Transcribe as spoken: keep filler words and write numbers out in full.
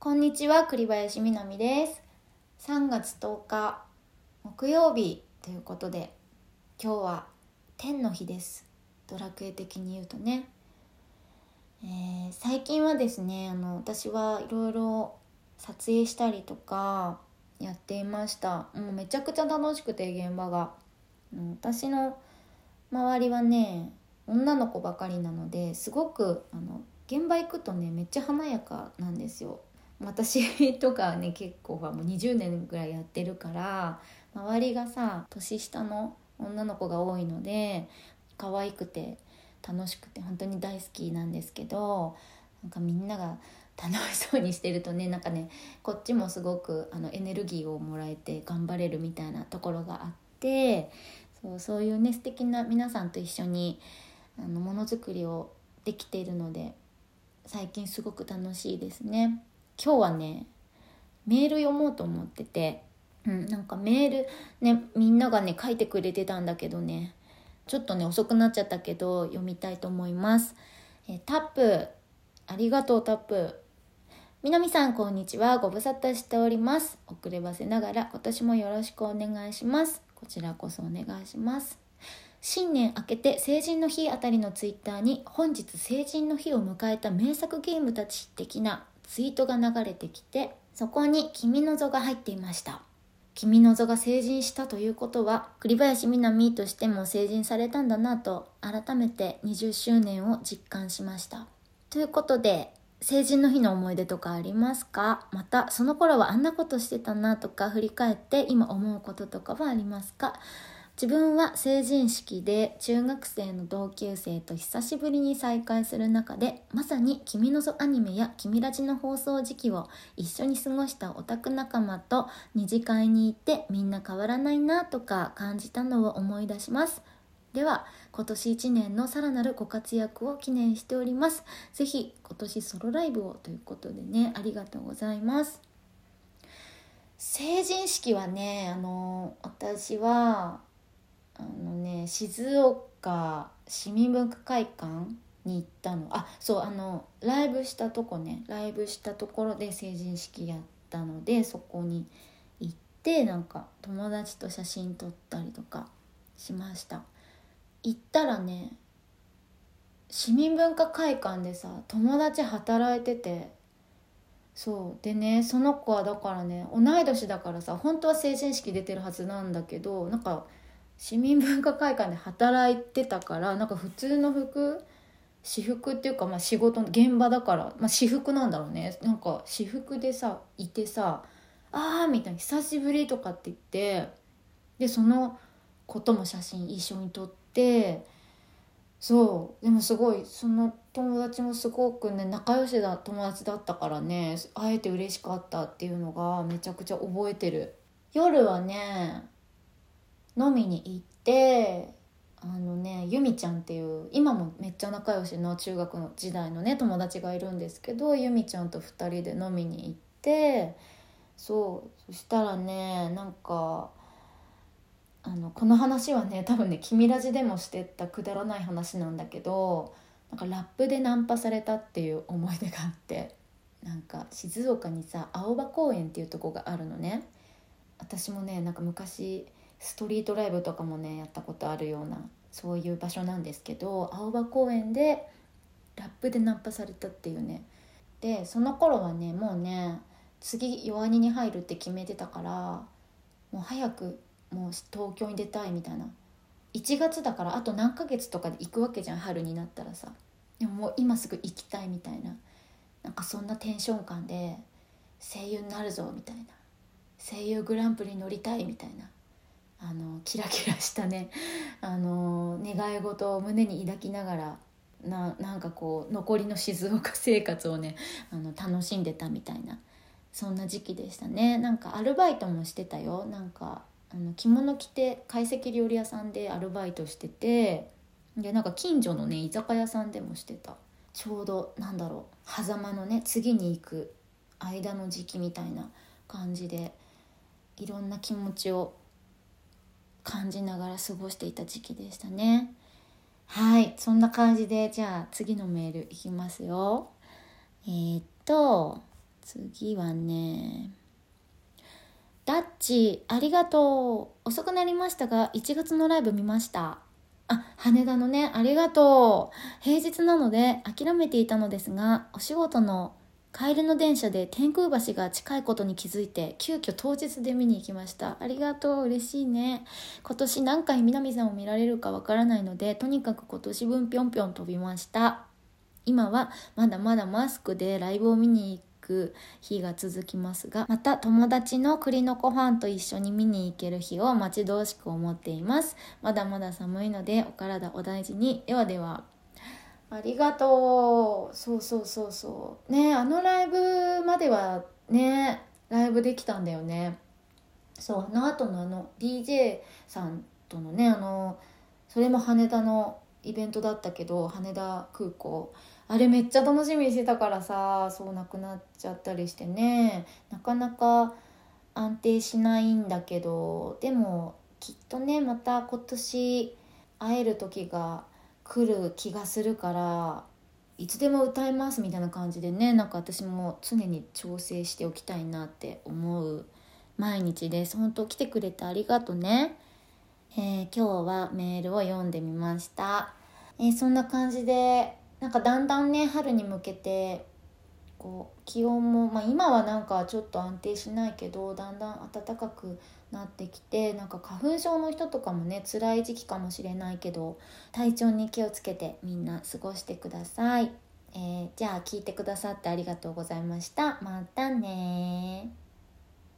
こんにちは、栗林みなみです。さんがつとおか木曜日ということで、今日は天の日です。ドラクエ的に言うとね、えー、最近はですね、あの私はいろいろ撮影したりとかやっていました。もうめちゃくちゃ楽しくて、現場が私の周りはね女の子ばかりなので、すごくあの現場行くとねめっちゃ華やかなんですよ。私とかね結構もうにじゅうねんぐらいやってるから、周りがさ年下の女の子が多いので、可愛くて楽しくて本当に大好きなんですけど、なんかみんなが楽しそうにしてるとね、なんかねこっちもすごくあのエネルギーをもらえて頑張れるみたいなところがあって、そう、そういうね素敵な皆さんと一緒にあのものづくりをできているので、最近すごく楽しいですね。今日はねメール読もうと思ってて、うん、なんかメールねみんながね書いてくれてたんだけどね、ちょっとね遅くなっちゃったけど読みたいと思います。えタップありがとう。タップみなみさんこんにちは、ご無沙汰しております。遅ればせながら今年もよろしくお願いします。こちらこそお願いします。新年明けて成人の日あたりのツイッターに、本日成人の日を迎えた名作ゲームたち的なツイートが流れてきて、そこに君のぞが入っていました。君のぞが成人したということは、栗林みなみとしても成人されたんだなと改めてにじゅっしゅうねんを実感しました。ということで、成人の日の思い出とかありますか？またその頃はあんなことしてたなとか振り返って今思うこととかはありますか？自分は成人式で中学生の同級生と久しぶりに再会する中で、まさに君のぞアニメや君ラジの放送時期を一緒に過ごしたオタク仲間と二次会に行って、みんな変わらないなとか感じたのを思い出します。では今年いちねんのさらなるご活躍を記念しております。ぜひ今年ソロライブをということでね、ありがとうございます。成人式はね、あの私はあのね静岡市民文化会館に行ったの。あ、そう、あのライブしたとこねライブしたところで成人式やったので、そこに行ってなんか友達と写真撮ったりとかしました。行ったらね、市民文化会館でさ友達働いてて、そうでね、その子はだからね同い年だからさ、本当は成人式出てるはずなんだけど、なんか市民文化会館で働いてたから、なんか普通の服私服っていうか、まあ仕事の現場だから、まあ私服なんだろうね。なんか私服でさいてさ、あーみたいな、久しぶりとかって言って、でその子とも写真一緒に撮って、そうでもすごいその友達もすごくね仲良しだ友達だったからね、会えて嬉しかったっていうのがめちゃくちゃ覚えてる。夜はね飲みに行って、あのねゆみちゃんっていう今もめっちゃ仲良しの中学の時代のね友達がいるんですけど、ゆみちゃんとふたりで飲みに行って、そうそしたらね、なんかあのこの話はね多分ね君ラジでもしてたくだらない話なんだけど、なんかラップでナンパされたっていう思い出があって、なんか静岡にさ青葉公園っていうとこがあるのね。私もねなんか昔ストリートライブとかもねやったことあるようなそういう場所なんですけど、青葉公園でラップでナンパされたっていうね。でその頃はねもうね次弱にに入るって決めてたから、もう早くもう東京に出たいみたいな、いちがつだからあと何ヶ月とかで行くわけじゃん、春になったらさ。でももう今すぐ行きたいみたいな、なんかそんなテンション感で声優になるぞみたいな、声優グランプリ乗りたいみたいな、あのキラキラしたねあの願い事を胸に抱きながらななんかこう残りの静岡生活をねあの楽しんでたみたいな、そんな時期でしたね。なんかアルバイトもしてたよ。なんかあの着物着て懐石料理屋さんでアルバイトしてて、でなんか近所のね居酒屋さんでもしてた。ちょうどなんだろう狭間のね次に行く間の時期みたいな感じで、いろんな気持ちを感じながら過ごしていた時期でしたね。はい、そんな感じでじゃあ次のメールいきますよ。えー、っと次はね、ダッチありがとう。遅くなりましたがいちがつのライブ見ました。あ、羽田のね、ありがとう。平日なので諦めていたのですが、お仕事の帰りの電車で天空橋が近いことに気づいて急遽当日で見に行きました。ありがとう、嬉しいね。今年何回南さんを見られるかわからないので、とにかく今年分ぴょんぴょん飛びました。今はまだまだマスクでライブを見に行く日が続きますが、また友達の栗の子ファンと一緒に見に行ける日を待ち遠しく思っています。まだまだ寒いのでお体お大事に。ではでは。ありがとう。そうそうそうそうね、あのライブまではねライブできたんだよね。そう、あの後のあの ディージェー さんとのね、あのそれも羽田のイベントだったけど、羽田空港あれめっちゃ楽しみにしてたからさ、そうなくなっちゃったりしてね、なかなか安定しないんだけど、でもきっとねまた今年会える時が来る気がするから、いつでも歌えますみたいな感じでね、なんか私も常に調整しておきたいなって思う毎日です。本当来てくれてありがとね。えー、今日はメールを読んでみました。えー、そんな感じでなんかだんだんね春に向けてこう気温も、まあ、今はなんかちょっと安定しないけど、だんだん暖かくなってきて、なんか花粉症の人とかもね辛い時期かもしれないけど、体調に気をつけてみんな過ごしてください。えー、じゃあ聞いてくださってありがとうございました。またね。